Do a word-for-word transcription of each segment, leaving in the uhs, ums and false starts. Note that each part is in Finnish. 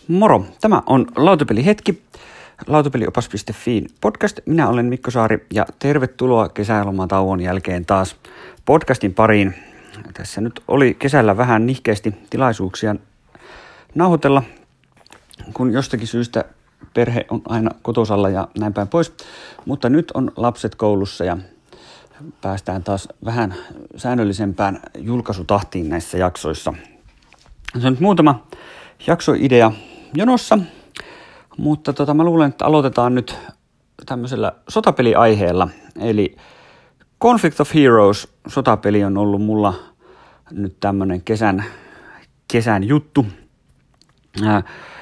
Moro! Tämä on Lautapelihetki, lautapeliopas piste fi podcast. Minä olen Mikko Saari ja tervetuloa kesälomatauon jälkeen taas podcastin pariin. Tässä nyt oli kesällä vähän nihkeästi tilaisuuksia nauhoitella, kun jostakin syystä perhe on aina kotosalla ja näin päin pois. Mutta nyt on lapset koulussa ja päästään taas vähän säännöllisempään julkaisutahtiin näissä jaksoissa. Se on nyt muutama jaksoidea jonossa, mutta tota, mä luulen, että aloitetaan nyt tämmöisellä sotapeliaiheella. Eli Conflict of Heroes sotapeli on ollut mulla nyt tämmönen kesän, kesän juttu. Ää,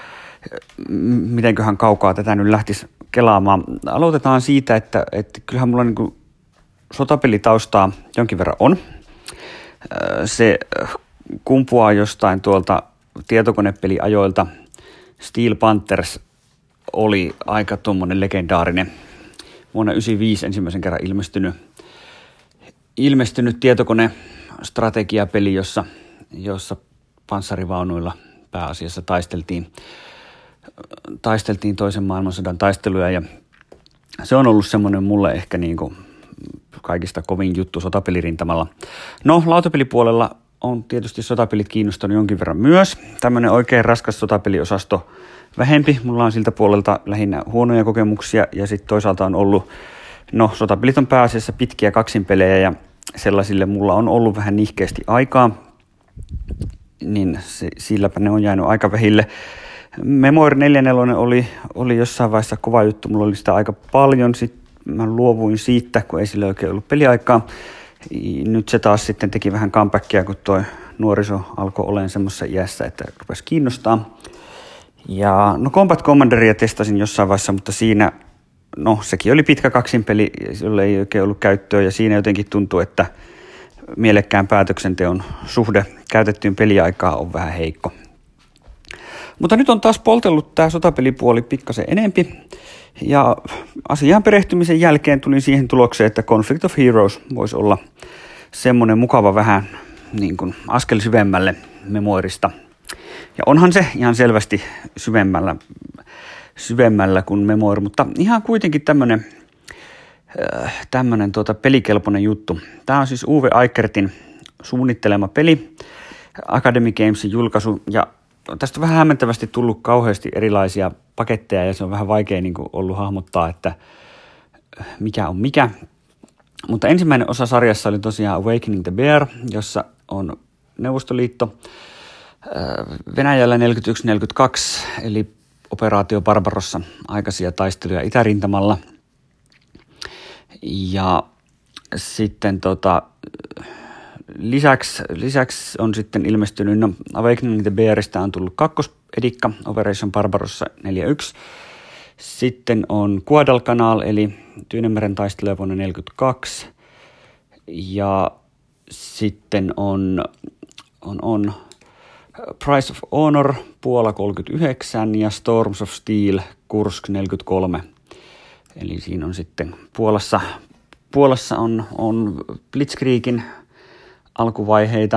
mitenköhän kaukaa tätä nyt lähtisi kelaamaan. Aloitetaan siitä, että, että kyllähän mulla niinku sotapelitaustaa jonkin verran on. Ää, se kumpuaa jostain tuolta tietokonepeliajoilta. Steel Panthers oli aika tuommoinen legendaarinen vuonna yhdeksänkymmentäviisi ensimmäisen kerran ilmestynyt, ilmestynyt tietokone-strategiapeli, jossa, jossa panssarivaunuilla pääasiassa taisteltiin, taisteltiin toisen maailmansodan taisteluja, ja se on ollut semmoinen mulle ehkä niin kuin kaikista kovin juttu sotapelirintamalla. No, lautapelipuolella on tietysti sotapelit kiinnostanut jonkin verran myös. Tämmöinen oikein raskas sotapeliosasto vähempi. Mulla on siltä puolelta lähinnä huonoja kokemuksia ja sitten toisaalta on ollut, no sotapelit on pääasiassa pitkiä kaksinpelejä ja sellaisille mulla on ollut vähän nihkeästi aikaa, niin se, silläpä ne on jäänyt aika vähille. Memoir neljäkymmentäneljä oli, oli jossain vaiheessa kova juttu, mulla oli sitä aika paljon, sitten mä luovuin siitä, kun ei sillä oikein ollut peliaikaa. Nyt se taas sitten teki vähän comebackia, kun toi nuoriso alkoi olemaan semmoisessa iässä, että rupesi kiinnostaa. Ja no Combat Commanderia testasin jossain vaiheessa, mutta siinä, no sekin oli pitkä kaksinpeli, jolle ei oikein ollut käyttöä, ja siinä jotenkin tuntuu, että mielekkään päätöksenteon suhde käytettyyn peliaikaa on vähän heikko. Mutta nyt on taas poltellut tämä sotapelipuoli pikkasen enempi, ja asiaan perehtymisen jälkeen tulin siihen tulokseen, että Conflict of Heroes voisi olla semmoinen mukava vähän niin kuin askel syvemmälle Memoirista. Ja onhan se ihan selvästi syvemmällä, syvemmällä kuin Memoir, mutta ihan kuitenkin tämmöinen, äh, tämmöinen tuota pelikelpoinen juttu. Tämä on siis Uwe Eichertin suunnittelema peli, Academy Gamesin julkaisu, ja tästä on vähän hämmentävästi tullut kauheasti erilaisia paketteja, ja se on vähän vaikea niin kuin ollut hahmottaa, että mikä on mikä. Mutta ensimmäinen osa sarjassa oli tosiaan Awakening the Bear, jossa on Neuvostoliitto, Venäjällä neljäkymmentäyksi neljäkymmentäkaksi, eli operaatio Barbarossa, aikaisia taisteluja itärintamalla. Ja sitten tota, lisäksi, lisäksi on sitten ilmestynyt, no Awakening the Bearista on tullut kakkosedikka, Operation Barbarossa neljäkymmentäyksi. Sitten on Guadalcanal, eli Tyynemeren taisteluja vuonna neljäkymmentäkaksi. Ja sitten on, on, on Price of Honor, Puola kolmekymmentäyhdeksän ja Storms of Steel, Kursk neljäkymmentäkolme. Eli siinä on sitten Puolassa, Puolassa on, on Blitzkriegin alkuvaiheita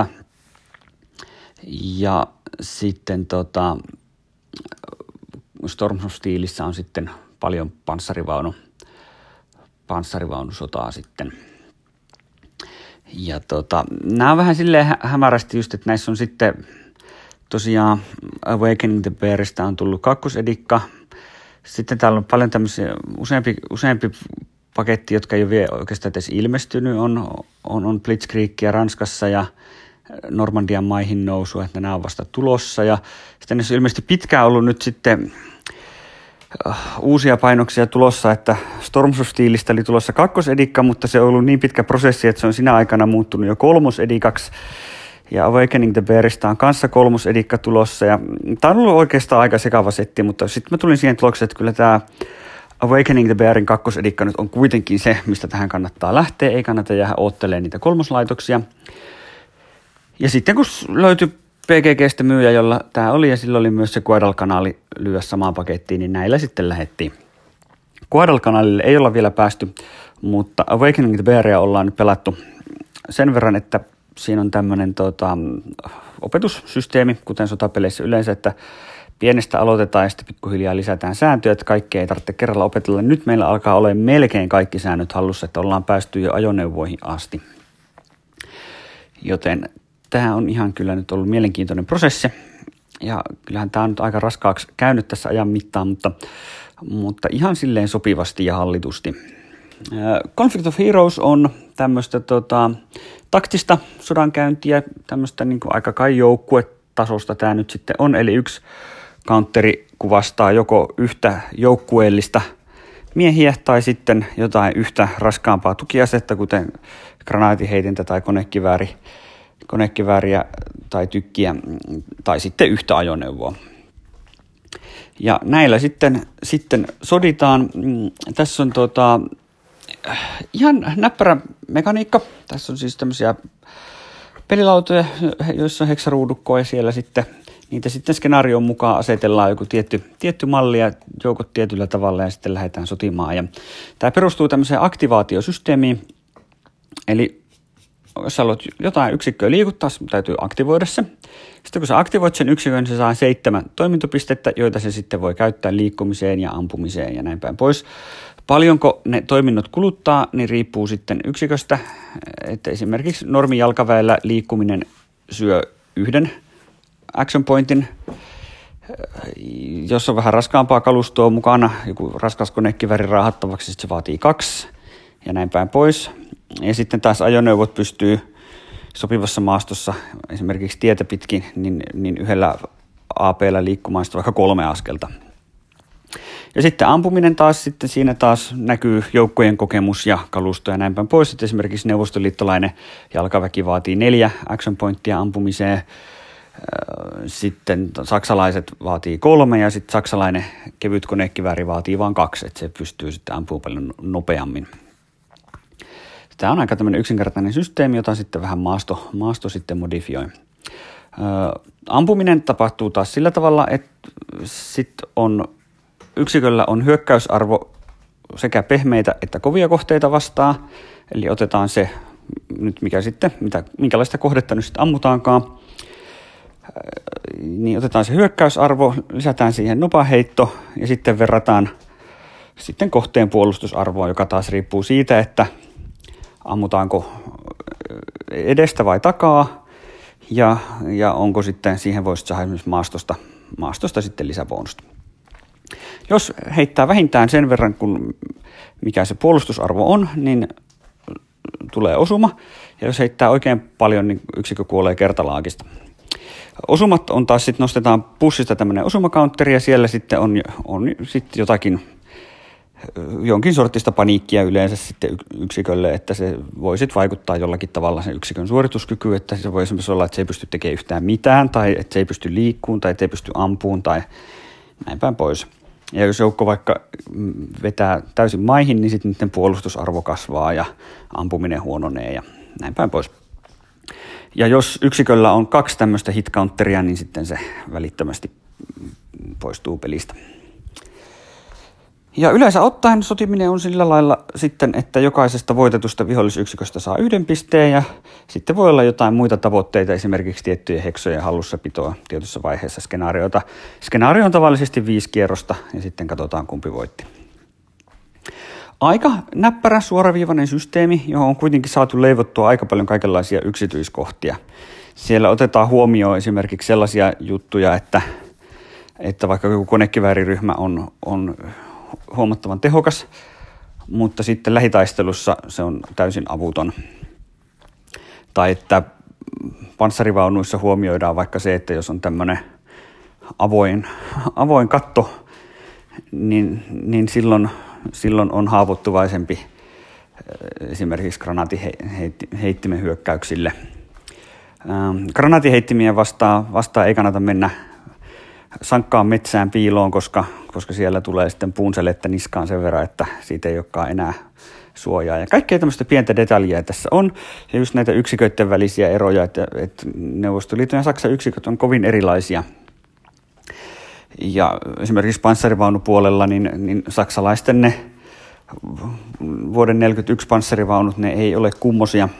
ja sitten tota, Storms of Steelissä on sitten paljon panssarivaunu, panssarivaunusotaa sitten. Ja tota, nämä on vähän silleen hä- hämärästi just, että näissä on sitten tosiaan Awakening the Bearista on tullut kakkosedikka. Sitten täällä on paljon tämmöisiä, useampi, useampi paketti, jotka ei ole vielä oikeastaan edes ilmestynyt, on, on, on Blitzkrigia Ranskassa ja Normandian maihin nousua, että nämä on vasta tulossa. Ja sitten näissä on ilmeisesti pitkään ollut nyt sitten uh, uusia painoksia tulossa, että Storms of Steelistä oli tulossa kakkosedikka, mutta se on ollut niin pitkä prosessi, että se on sinä aikana muuttunut jo kolmosedikaksi. Ja Awakening the Bearista on kanssa kolmosedikka tulossa. Ja tämä on ollut oikeastaan aika sekava setti, mutta sitten mä tulin siihen tulokseen, että kyllä tämä Awakening the Bearin kakkosedikka nyt on kuitenkin se, mistä tähän kannattaa lähteä. Ei kannata jäädä oottelemaan niitä kolmoslaitoksia. Ja sitten kun löytyi P G G:stä myyjä, jolla tämä oli, ja silloin oli myös se Guadalcanali lyödä samaan pakettiin, niin näillä sitten lähdettiin. Guadalcanalille ei olla vielä päästy, mutta Awakening the Bearia ollaan nyt pelattu sen verran, että siinä on tämmöinen tota, opetussysteemi, kuten sotapeleissä yleensä, että pienestä aloitetaan ja sitten pikkuhiljaa lisätään sääntöjä, että kaikkea ei tarvitse kerralla opetella. Nyt meillä alkaa olla melkein kaikki säännöt hallussa, että ollaan päästy jo ajoneuvoihin asti. Joten tämä on ihan kyllä nyt ollut mielenkiintoinen prosessi. Ja kyllähän tämä on nyt aika raskaaksi käynyt tässä ajan mittaan, mutta, mutta ihan silleen sopivasti ja hallitusti. Conflict of Heroes on tämmöistä tota, taktista sodankäyntiä, tämmöistä niin kuin aika kai joukkuetasosta tämä nyt sitten on, eli yksi counteri kuvastaa joko yhtä joukkueellista miehiä tai sitten jotain yhtä raskaampaa tukiasetta, kuten granaatiheitintä tai konekivääri, konekivääriä tai tykkiä tai sitten yhtä ajoneuvoa. Ja näillä sitten, sitten soditaan. Tässä on tota, ihan näppärä mekaniikka. Tässä on siis tämmöisiä pelilautoja, joissa on heksaruudukko ja siellä sitten niitä sitten skenaarion mukaan asetellaan joku tietty, tietty malli ja joukot tietyllä tavalla ja sitten lähdetään sotimaan. Ja tämä perustuu tämmöiseen aktivaatiosysteemiin, eli jos haluat jotain yksikköä liikuttaa, täytyy aktivoida se. Sitten kun sä aktivoit sen yksikön, se saa seitsemän toimintopistettä, joita se sitten voi käyttää liikkumiseen ja ampumiseen ja näin päin pois. Paljonko ne toiminnot kuluttaa, niin riippuu sitten yksiköstä. Että esimerkiksi normijalkaväellä liikkuminen syö yhden action pointin. Jos on vähän raskaampaa kalustoa mukana, joku raskas konekiväri raahattavaksi, sitten se vaatii kaksi ja näin päin pois. Ja sitten taas ajoneuvot pystyy sopivassa maastossa, esimerkiksi tietä pitkin, niin, niin yhdellä A P:llä liikkumaan sitten vaikka kolme askelta. Ja sitten ampuminen taas, sitten siinä taas näkyy joukkojen kokemus ja kalusto ja näin päin pois. Että esimerkiksi neuvostoliittolainen jalkaväki vaatii neljä action pointtia ampumiseen, sitten saksalaiset vaatii kolme ja sitten saksalainen kevyt konekivääri vaatii vain kaksi, että se pystyy sitten ampumaan paljon nopeammin. Tämä on aika tämmöinen yksinkertainen systeemi, jota sitten vähän maasto, maasto sitten modifioi. Ö, ampuminen tapahtuu taas sillä tavalla, että sit on, yksiköllä on hyökkäysarvo sekä pehmeitä että kovia kohteita vastaan. Eli otetaan se nyt mikä sitten, mitä, minkälaista kohdetta nyt sitten ammutaankaan. Ö, niin otetaan se hyökkäysarvo, lisätään siihen nopaheitto ja sitten verrataan sitten kohteen puolustusarvoa, joka taas riippuu siitä, että ammutaanko edestä vai takaa, ja, ja onko sitten, siihen voisi saada esimerkiksi maastosta, maastosta sitten lisäbonusta. Jos heittää vähintään sen verran, kun mikä se puolustusarvo on, niin tulee osuma, ja jos heittää oikein paljon, niin yksikö kuolee kertalaakista. Osumat on taas sitten, nostetaan pussista tämmöinen osumakaunteri, ja siellä sitten on, on sitten jotakin jonkin sortista paniikkia yleensä sitten yksikölle, että se voi sitten vaikuttaa jollakin tavalla sen yksikön suorituskykyyn, että se voi esimerkiksi olla, että se ei pysty tekemään yhtään mitään, tai että se ei pysty liikkuun, tai että ei pysty ampuun, tai näin päin pois. Ja jos joukko vaikka vetää täysin maihin, niin sitten niiden puolustusarvo kasvaa, ja ampuminen huononee, ja näin päin pois. Ja jos yksiköllä on kaksi tämmöistä hit counteria, niin sitten se välittömästi poistuu pelistä. Ja yleensä ottaen sotiminen on sillä lailla sitten, että jokaisesta voitetusta vihollisyksiköstä saa yhden pisteen ja sitten voi olla jotain muita tavoitteita, esimerkiksi tiettyjen heksojen hallussapitoa tietyssä vaiheessa skenaariota. Skenaario on tavallisesti viisi kierrosta ja sitten katsotaan kumpi voitti. Aika näppärä suoraviivainen systeemi, johon on kuitenkin saatu leivottua aika paljon kaikenlaisia yksityiskohtia. Siellä otetaan huomioon esimerkiksi sellaisia juttuja, että, että vaikka joku konekivääriryhmä on, on huomattavan tehokas, mutta sitten lähitaistelussa se on täysin avuton. Tai että panssarivaunuissa huomioidaan vaikka se, että jos on tämmöinen avoin, avoin katto, niin, niin silloin, silloin on haavoittuvaisempi esimerkiksi granaatiheittimen hyökkäyksille. Granaatiheittimien vastaan, vastaan ei kannata mennä sankkaan metsään piiloon, koska, koska siellä tulee sitten puunselettä niskaan sen verran, että siitä ei olekaan enää suojaa. Ja kaikkea tämmöistä pientä detaljia tässä on. Ja just näitä yksiköiden välisiä eroja, että, että Neuvostoliiton ja Saksan yksiköt on kovin erilaisia. Ja esimerkiksi panssarivaunupuolella, niin, niin saksalaisten ne vuoden neljäkymmentäyksi panssarivaunut, ne ei ole kummosia.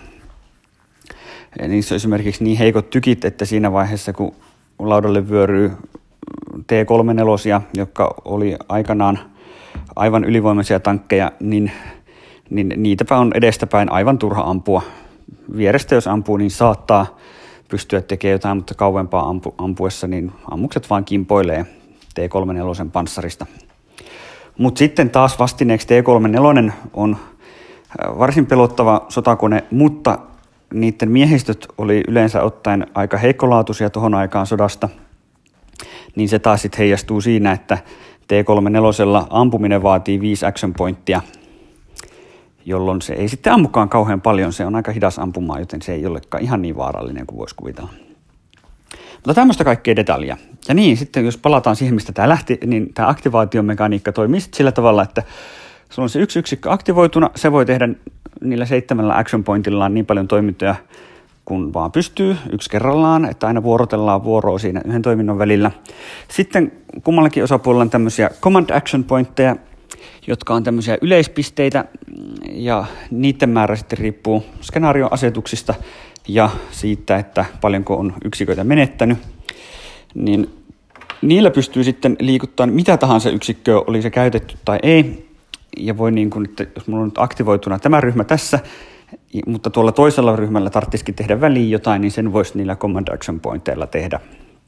Ja niissä on esimerkiksi niin heikot tykit, että siinä vaiheessa, kun laudalle vyöryy T kolmekymmentäneljä, jotka oli aikanaan aivan ylivoimaisia tankkeja, niin, niin niitäpä on edestäpäin aivan turha ampua. Vierestä jos ampuu, niin saattaa pystyä tekemään jotain, mutta kauempaa ampu, ampuessa, niin ammukset vaan kimpoilee T kolmekymmentäneljä panssarista. Mutta sitten taas vastineeksi T kolmekymmentäneljä on varsin pelottava sotakone, mutta niiden miehistöt oli yleensä ottaen aika heikkolaatuisia tuohon aikaan sodasta, niin se taas sitten heijastuu siinä, että T kolmekymmentäneljä ampuminen vaatii viisi action pointtia, jolloin se ei sitten ammukaan kauhean paljon, se on aika hidas ampumaan, joten se ei olekaan ihan niin vaarallinen kuin voisi kuvitella. Mutta tämmöistä kaikkea detaljia. Ja niin, sitten jos palataan siihen, mistä tämä lähti, niin tämä aktivaatiomekaniikka toimii sitten sillä tavalla, että sulla on se yksi yksikkö aktivoituna, se voi tehdä niillä seitsemällä action pointillaan niin paljon toimintoja, kun vaan pystyy, yksi kerrallaan, että aina vuorotellaan vuoroa siinä yhden toiminnon välillä. Sitten kummallakin osapuolella on tämmöisiä command action pointteja, jotka on tämmöisiä yleispisteitä, ja niiden määrä sitten riippuu skenaarioasetuksista ja siitä, että paljonko on yksiköitä menettänyt, niin niillä pystyy sitten liikuttamaan mitä tahansa yksikköä, oli se käytetty tai ei, ja voi niin kuin, että jos mulla on nyt aktivoituna tämä ryhmä tässä, mutta tuolla toisella ryhmällä tarvitsisikin tehdä väliin jotain, niin sen voisi niillä command action pointteilla tehdä.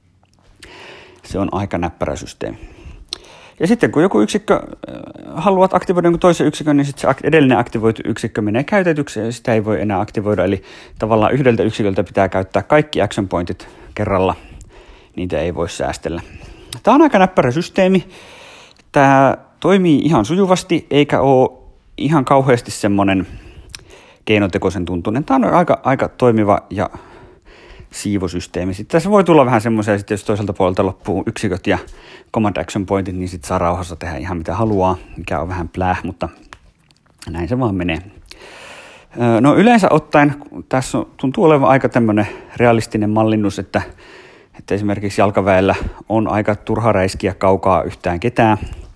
Se on aika näppärä systeemi. Ja sitten kun joku yksikkö haluat aktivoida jonkun toisen yksikön, niin sitten se edellinen aktivoitu yksikkö menee käytetyksi ja sitä ei voi enää aktivoida. Eli tavallaan yhdeltä yksiköltä pitää käyttää kaikki action pointit kerralla, niitä ei voi säästellä. Tämä on aika näppärä systeemi. Tämä toimii ihan sujuvasti eikä ole ihan kauheasti semmoinen keinotekoisen tuntunen. Tämä on aika, aika toimiva ja siivosysteemi. Sitten tässä voi tulla vähän semmoisia, että jos toiselta puolelta loppuu yksiköt ja command action pointit, niin sitten saa rauhassa tehdä ihan mitä haluaa, mikä on vähän pläh, mutta näin se vaan menee. No yleensä ottaen, tässä tuntuu olevan aika tämmöinen realistinen mallinnus, että, että esimerkiksi jalkaväellä on aika turha räiskiä kaukaa yhtään ketään,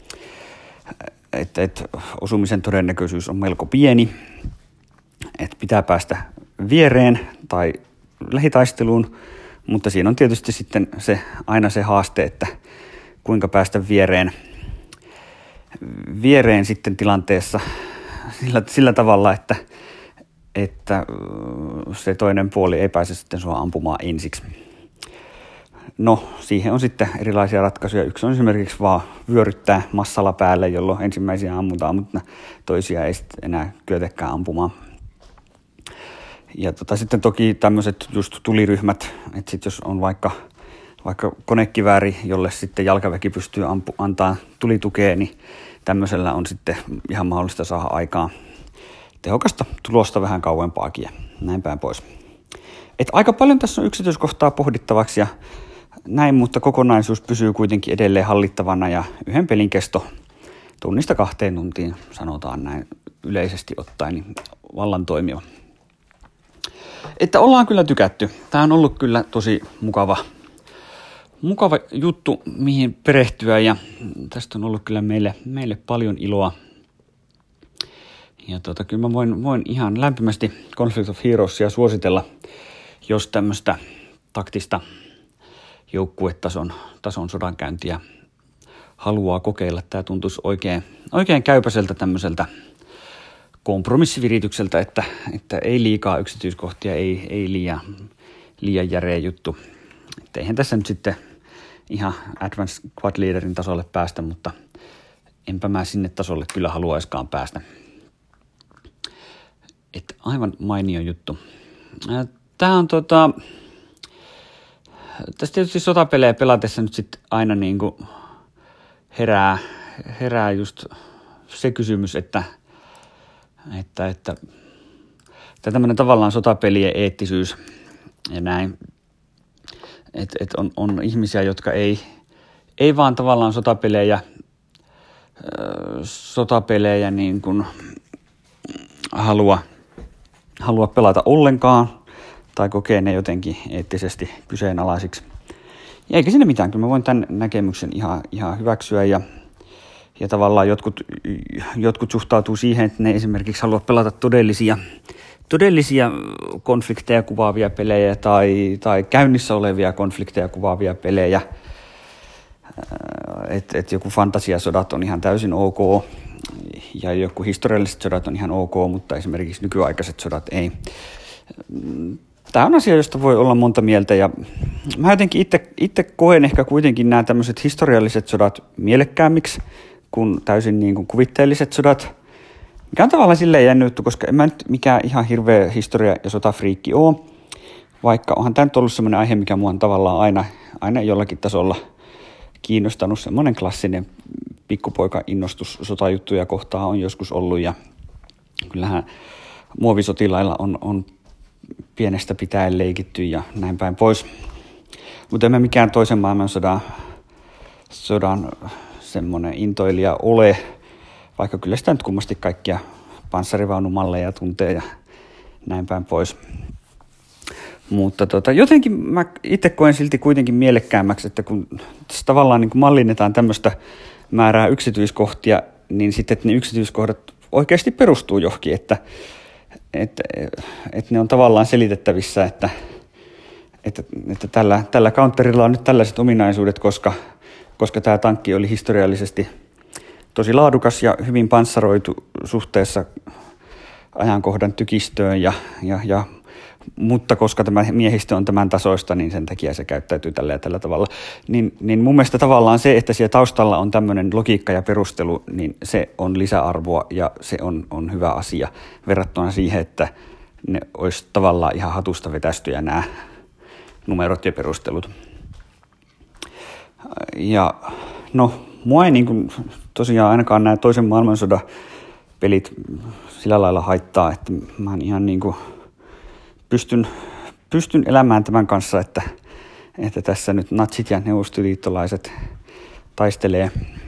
että, että osumisen todennäköisyys on melko pieni, että pitää päästä viereen tai lähitaisteluun, mutta siinä on tietysti sitten se, aina se haaste, että kuinka päästä viereen, viereen sitten tilanteessa sillä, sillä tavalla, että, että se toinen puoli ei pääse sitten sua ampumaan ensiksi. No, siihen on sitten erilaisia ratkaisuja. Yksi on esimerkiksi vaan vyöryttää massalla päälle, jolloin ensimmäisiä ammutaan, mutta toisia ei sitten enää kyetäkään ampumaan. Ja tota, sitten toki tämmöiset just tuliryhmät, että sitten jos on vaikka, vaikka konekivääri, jolle sitten jalkaväki pystyy ampu, antaa tulitukea, niin tämmöisellä on sitten ihan mahdollista saada aikaan tehokasta tulosta vähän kauempaakin ja näin päin pois. Et aika paljon tässä on yksityiskohtaa pohdittavaksi ja näin, mutta kokonaisuus pysyy kuitenkin edelleen hallittavana ja yhden pelin kesto tunnista kahteen tuntiin, sanotaan näin yleisesti ottaen, niin vallan toimiva. Että ollaan kyllä tykätty. Tämä on ollut kyllä tosi mukava, mukava juttu, mihin perehtyä ja tästä on ollut kyllä meille, meille paljon iloa. Ja tota, kyllä mä voin, voin ihan lämpimästi Conflict of Heroesia suositella, jos tämmöistä taktista joukkuetason tason sodankäyntiä haluaa kokeilla. Tämä tuntuisi oikein, oikein käypäiseltä tämmöiseltä kompromissiviritykseltä, että, että ei liikaa yksityiskohtia, ei, ei liian, liian järeä juttu. Että eihän tässä nyt sitten ihan Advanced Squad Leaderin tasolle päästä, mutta enpä mä sinne tasolle kyllä haluaiskaan päästä. Että aivan mainio juttu. Tämä on tota, tässä tietysti sotapelejä pelatessa nyt sitten aina niin kuin herää, herää just se kysymys, että Että, että, että tämmöinen tavallaan sotapelien eettisyys ja näin, että et on, on ihmisiä, jotka ei, ei vaan tavallaan sotapelejä, sotapelejä niin kuin halua, halua pelata ollenkaan tai kokee ne jotenkin eettisesti kyseenalaisiksi. Ja eikä siinä mitään, kyllä mä voin tämän näkemyksen ihan, ihan hyväksyä ja Ja tavallaan jotkut, jotkut suhtautuu siihen, että ne esimerkiksi haluaa pelata todellisia, todellisia konflikteja kuvaavia pelejä tai, tai käynnissä olevia konflikteja kuvaavia pelejä. että et joku fantasiasodat on ihan täysin ok ja joku historialliset sodat on ihan ok, mutta esimerkiksi nykyaikaiset sodat ei. Tämä on asia, josta voi olla monta mieltä ja mä jotenkin itse, itse koen ehkä kuitenkin nämä tämmöiset historialliset sodat mielekkäämmiksi kuin täysin niin kuin kuvitteelliset sodat. Mikä on tavallaan silleen jännä juttu, koska en mä nyt mikään ihan hirveä historia- ja sotafriikki ole, vaikka onhan tämä nyt ollut semmoinen aihe, mikä mua on tavallaan aina, aina jollakin tasolla kiinnostanut. Semmoinen klassinen pikkupoika-innostus sotajuttuja kohtaan on joskus ollut ja kyllähän muovisotilailla on, on pienestä pitäen leikitty ja näin päin pois. Mutta en mä mikään toisen maailmansodan sodan semmoinen intoilija ole, vaikka kyllä sitä nyt kummasti kaikkia panssarivaunumalleja tuntee ja näin päin pois. Mutta tota, jotenkin mä itse koen silti kuitenkin mielekkäämmäksi, että kun tässä tavallaan niin kun mallinnetaan tämmöistä määrää yksityiskohtia, niin sitten ne yksityiskohdat oikeasti perustuu johonkin, että, että, että ne on tavallaan selitettävissä, että, että, että tällä, tällä counterilla on nyt tällaiset ominaisuudet, koska, koska tämä tankki oli historiallisesti tosi laadukas ja hyvin panssaroitu suhteessa ajankohdan tykistöön, ja, ja, ja, mutta koska tämä miehistö on tämän tasoista, niin sen takia se käyttäytyy tällä ja tällä tavalla. Niin, niin mun mielestä tavallaan se, että siellä taustalla on tämmöinen logiikka ja perustelu, niin se on lisäarvoa ja se on, on hyvä asia verrattuna siihen, että ne olisi tavallaan ihan hatusta vetästyjä nämä numerot ja perustelut. Ja no, mua ei niin kuin, tosiaan ainakaan nämä toisen maailmansodan pelit sillä lailla haittaa, että mä ihan niin kuin pystyn, pystyn elämään tämän kanssa, että, että tässä nyt natsit ja neuvostoliittolaiset taistelee.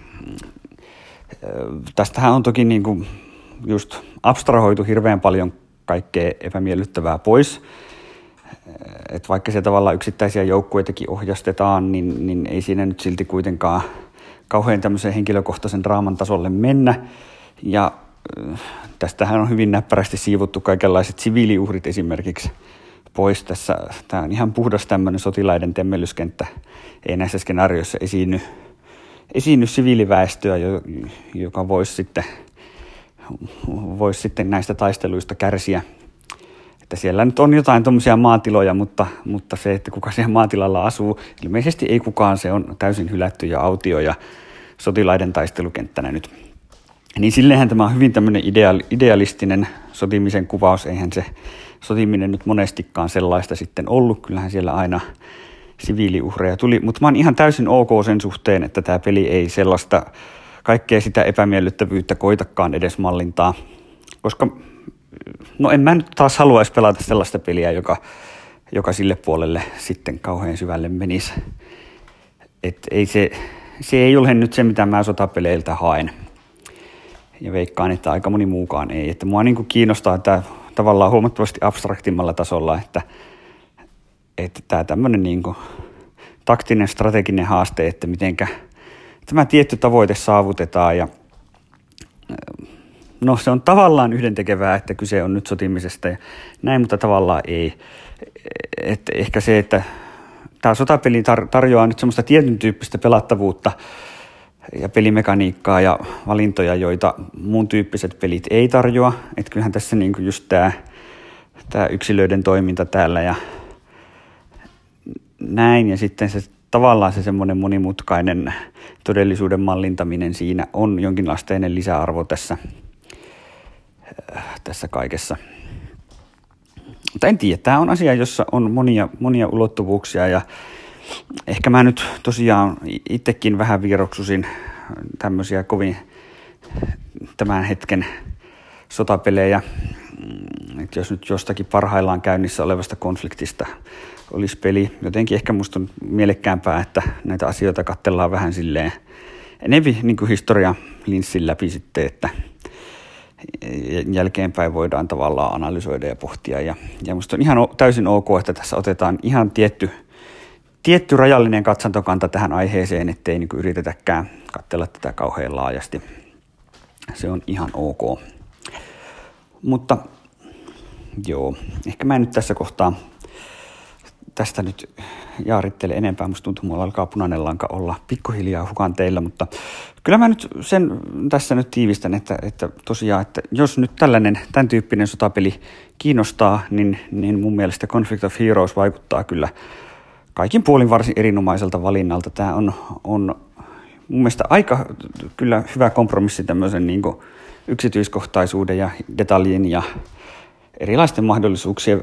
Tästähän on toki niin kuin just abstrahoitu hirveän paljon kaikkea epämiellyttävää pois. Et vaikka se tavallaan yksittäisiä joukkueitakin ohjastetaan, niin, niin ei siinä nyt silti kuitenkaan kauhean tämmöisen henkilökohtaisen draaman tasolle mennä. Ja tästähän on hyvin näppärästi siivottu kaikenlaiset siviiliuhrit esimerkiksi pois tässä. Tämä on ihan puhdas tämmöinen sotilaiden temmellyskenttä. Ei näissä skenaarioissa esiinny, esiinny siviiliväestöä, joka voisi sitten, voisi sitten näistä taisteluista kärsiä. Että siellä nyt on jotain tuommoisia maatiloja, mutta, mutta se, että kuka siellä maatilalla asuu, ilmeisesti ei kukaan, se on täysin hylätty ja autio ja sotilaiden taistelukenttänä nyt. Niin silleenhän tämä on hyvin tämmöinen idealistinen sotimisen kuvaus, eihän se sotiminen nyt monestikaan sellaista sitten ollut, kyllähän siellä aina siviiliuhreja tuli, mutta mä oon ihan täysin ok sen suhteen, että tämä peli ei sellaista kaikkea sitä epämiellyttävyyttä koitakaan edes mallintaa, koska no en mä nyt taas haluaisi pelata sellaista peliä, joka, joka sille puolelle sitten kauhean syvälle menisi. Että ei se, se ei ole nyt se, mitä mä sotapeleiltä haen. Ja veikkaan, että aika moni muukaan ei. Että mua niin kuin kiinnostaa tämä tavallaan huomattavasti abstraktimmalla tasolla, että, että tämä tämmöinen niin kuin taktinen, strateginen haaste, että mitenkä tämä tietty tavoite saavutetaan ja no se on tavallaan yhdentekevää, että kyse on nyt sotimisesta ja näin, mutta tavallaan ei. Että ehkä se, että tämä sotapeli tar- tarjoaa nyt semmoista tietyn tyyppistä pelattavuutta ja pelimekaniikkaa ja valintoja, joita muun tyyppiset pelit ei tarjoa. Että kyllähän tässä niinku just tämä, tämä yksilöiden toiminta täällä ja näin ja sitten se tavallaan se semmoinen monimutkainen todellisuuden mallintaminen siinä on jonkinlaisteinen lisäarvo tässä tässä kaikessa. Mutta en tiedä, tämä on asia, jossa on monia, monia ulottuvuuksia ja ehkä mä nyt tosiaan itsekin vähän vieroksusin tämmöisiä kovin tämän hetken sotapelejä, että jos nyt jostakin parhaillaan käynnissä olevasta konfliktista olisi peli, jotenkin ehkä musta on mielekkäämpää, että näitä asioita katsellaan vähän silleen enemmän niin kuin historia linssin läpi sitten, että jälkeenpäin voidaan tavallaan analysoida ja pohtia. Ja, ja musta on ihan täysin ok, että tässä otetaan ihan tietty, tietty rajallinen katsantokanta tähän aiheeseen, ettei niin kuin yritetäkään katsella tätä kauhean laajasti. Se on ihan ok. Mutta joo, ehkä mä en nyt tässä kohtaa tästä nyt jaarittele enempää. Musta tuntuu, mulla alkaa punainen lanka olla pikkuhiljaa hukan teillä, mutta kyllä mä nyt sen tässä nyt tiivistän, että, että tosiaan, että jos nyt tällainen, tämän tyyppinen sotapeli kiinnostaa, niin, niin mun mielestä Conflict of Heroes vaikuttaa kyllä kaikin puolin varsin erinomaiselta valinnalta. Tämä on, on mun mielestä aika kyllä hyvä kompromissi tämmöisen niin kuin yksityiskohtaisuuden ja detaljin ja erilaisten mahdollisuuksien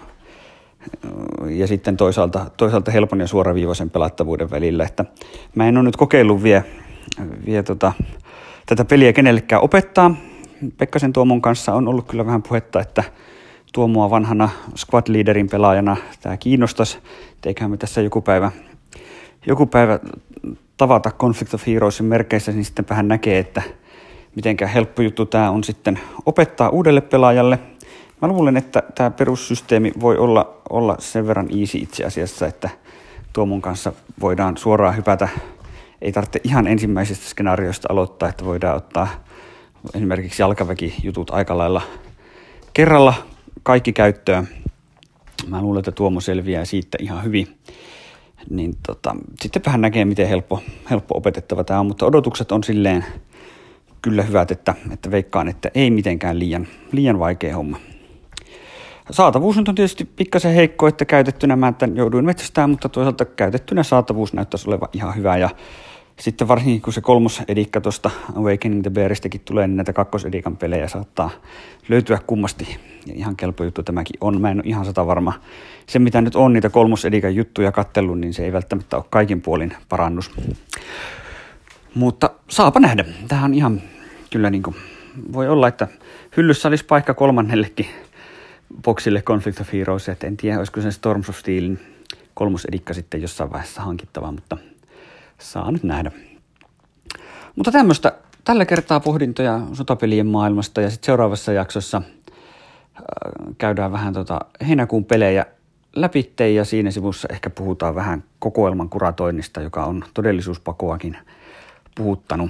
ja sitten toisaalta, toisaalta helpon ja suoraviivaisen pelattavuuden välillä. Että mä en ole nyt kokeillut vie, vie tota, tätä peliä kenellekään opettaa. Pekkasen Tuomon kanssa on ollut kyllä vähän puhetta, että Tuomoa vanhana squad leaderin pelaajana tämä kiinnostaisi. Eiköhän me tässä joku päivä, joku päivä tavata Conflict of Heroesin merkeissä, niin sitten vähän näkee, että mitenkään helppo juttu tämä on sitten opettaa uudelle pelaajalle. Mä luulen, että tämä perussysteemi voi olla, olla sen verran easy itse asiassa, että Tuomon kanssa voidaan suoraan hypätä. Ei tarvitse ihan ensimmäisistä skenaarioista aloittaa, että voidaan ottaa esimerkiksi jalkaväkijutut aika lailla kerralla kaikki käyttöön. Mä luulen, että Tuomo selviää siitä ihan hyvin. Niin tota, sitten vähän näkee, miten helppo, helppo opetettava tämä on, mutta odotukset on silleen kyllä hyvät, että, että veikkaan, että ei mitenkään liian, liian vaikea homma. Saatavuus on tietysti pikkasen heikko, että käytettynä mä tämän jouduin metsästämään, mutta toisaalta käytettynä saatavuus näyttäisi olevan ihan hyvä. Ja sitten varsinkin kun se kolmosedikka tuosta Awakening the Bearistäkin tulee, niin näitä kakkosedikan pelejä saattaa löytyä kummasti. Ja ihan kelpo juttu tämäkin on. Mä en ole ihan sata varma. Se mitä nyt on niitä kolmosedikan juttuja kattellut, niin se ei välttämättä ole kaikin puolin parannus. Mutta saapa nähdä. Tämähän on ihan kyllä niin kuin, voi olla, että hyllyssä olisi paikka kolmannellekin boksille Conflict of Heroes, että en tiedä, olisiko sen Storms of Steelin kolmosedikka sitten jossain vaiheessa hankittavaa, mutta saa nyt nähdä. Mutta tämmöistä tällä kertaa pohdintoja sotapelien maailmasta ja sitten seuraavassa jaksossa äh, käydään vähän tota heinäkuun pelejä läpitte ja siinä sivussa ehkä puhutaan vähän kokoelman kuratoinnista, joka on todellisuuspakoakin puhuttanut.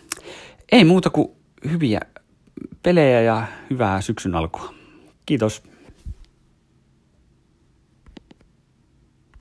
Ei muuta kuin hyviä pelejä ja hyvää syksyn alkua. Kiitos.